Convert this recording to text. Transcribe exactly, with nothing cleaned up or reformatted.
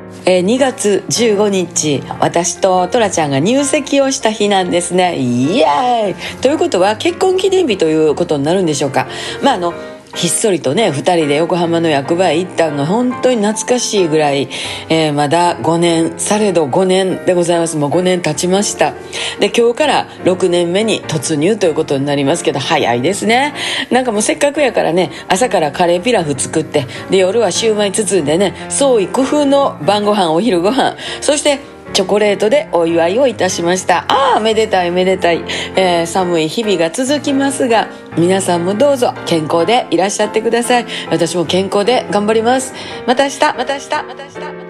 えー、にがつじゅうごにち、私とトラちゃんが入籍をした日なんですね。イエーイということは結婚記念日ということになるんでしょうか。まああのひっそりとねふたりで横浜の役場へ行ったのが本当に懐かしいぐらい、えー、まだごねん、されどごねんでございます。もうごねん経ちました。で今日からろくねんめに突入ということになりますけど、早いですね。なんかもうせっかくやからね、朝からカレーピラフ作って、で夜はシューマイ包んでね、創意工夫の晩ご飯、お昼ご飯、そしてチョコレートでお祝いをいたしました。ああめでたいめでたい、えー、寒い日々が続きますが、皆さんもどうぞ健康でいらっしゃってください。私も健康で頑張ります。また明日また明日また明日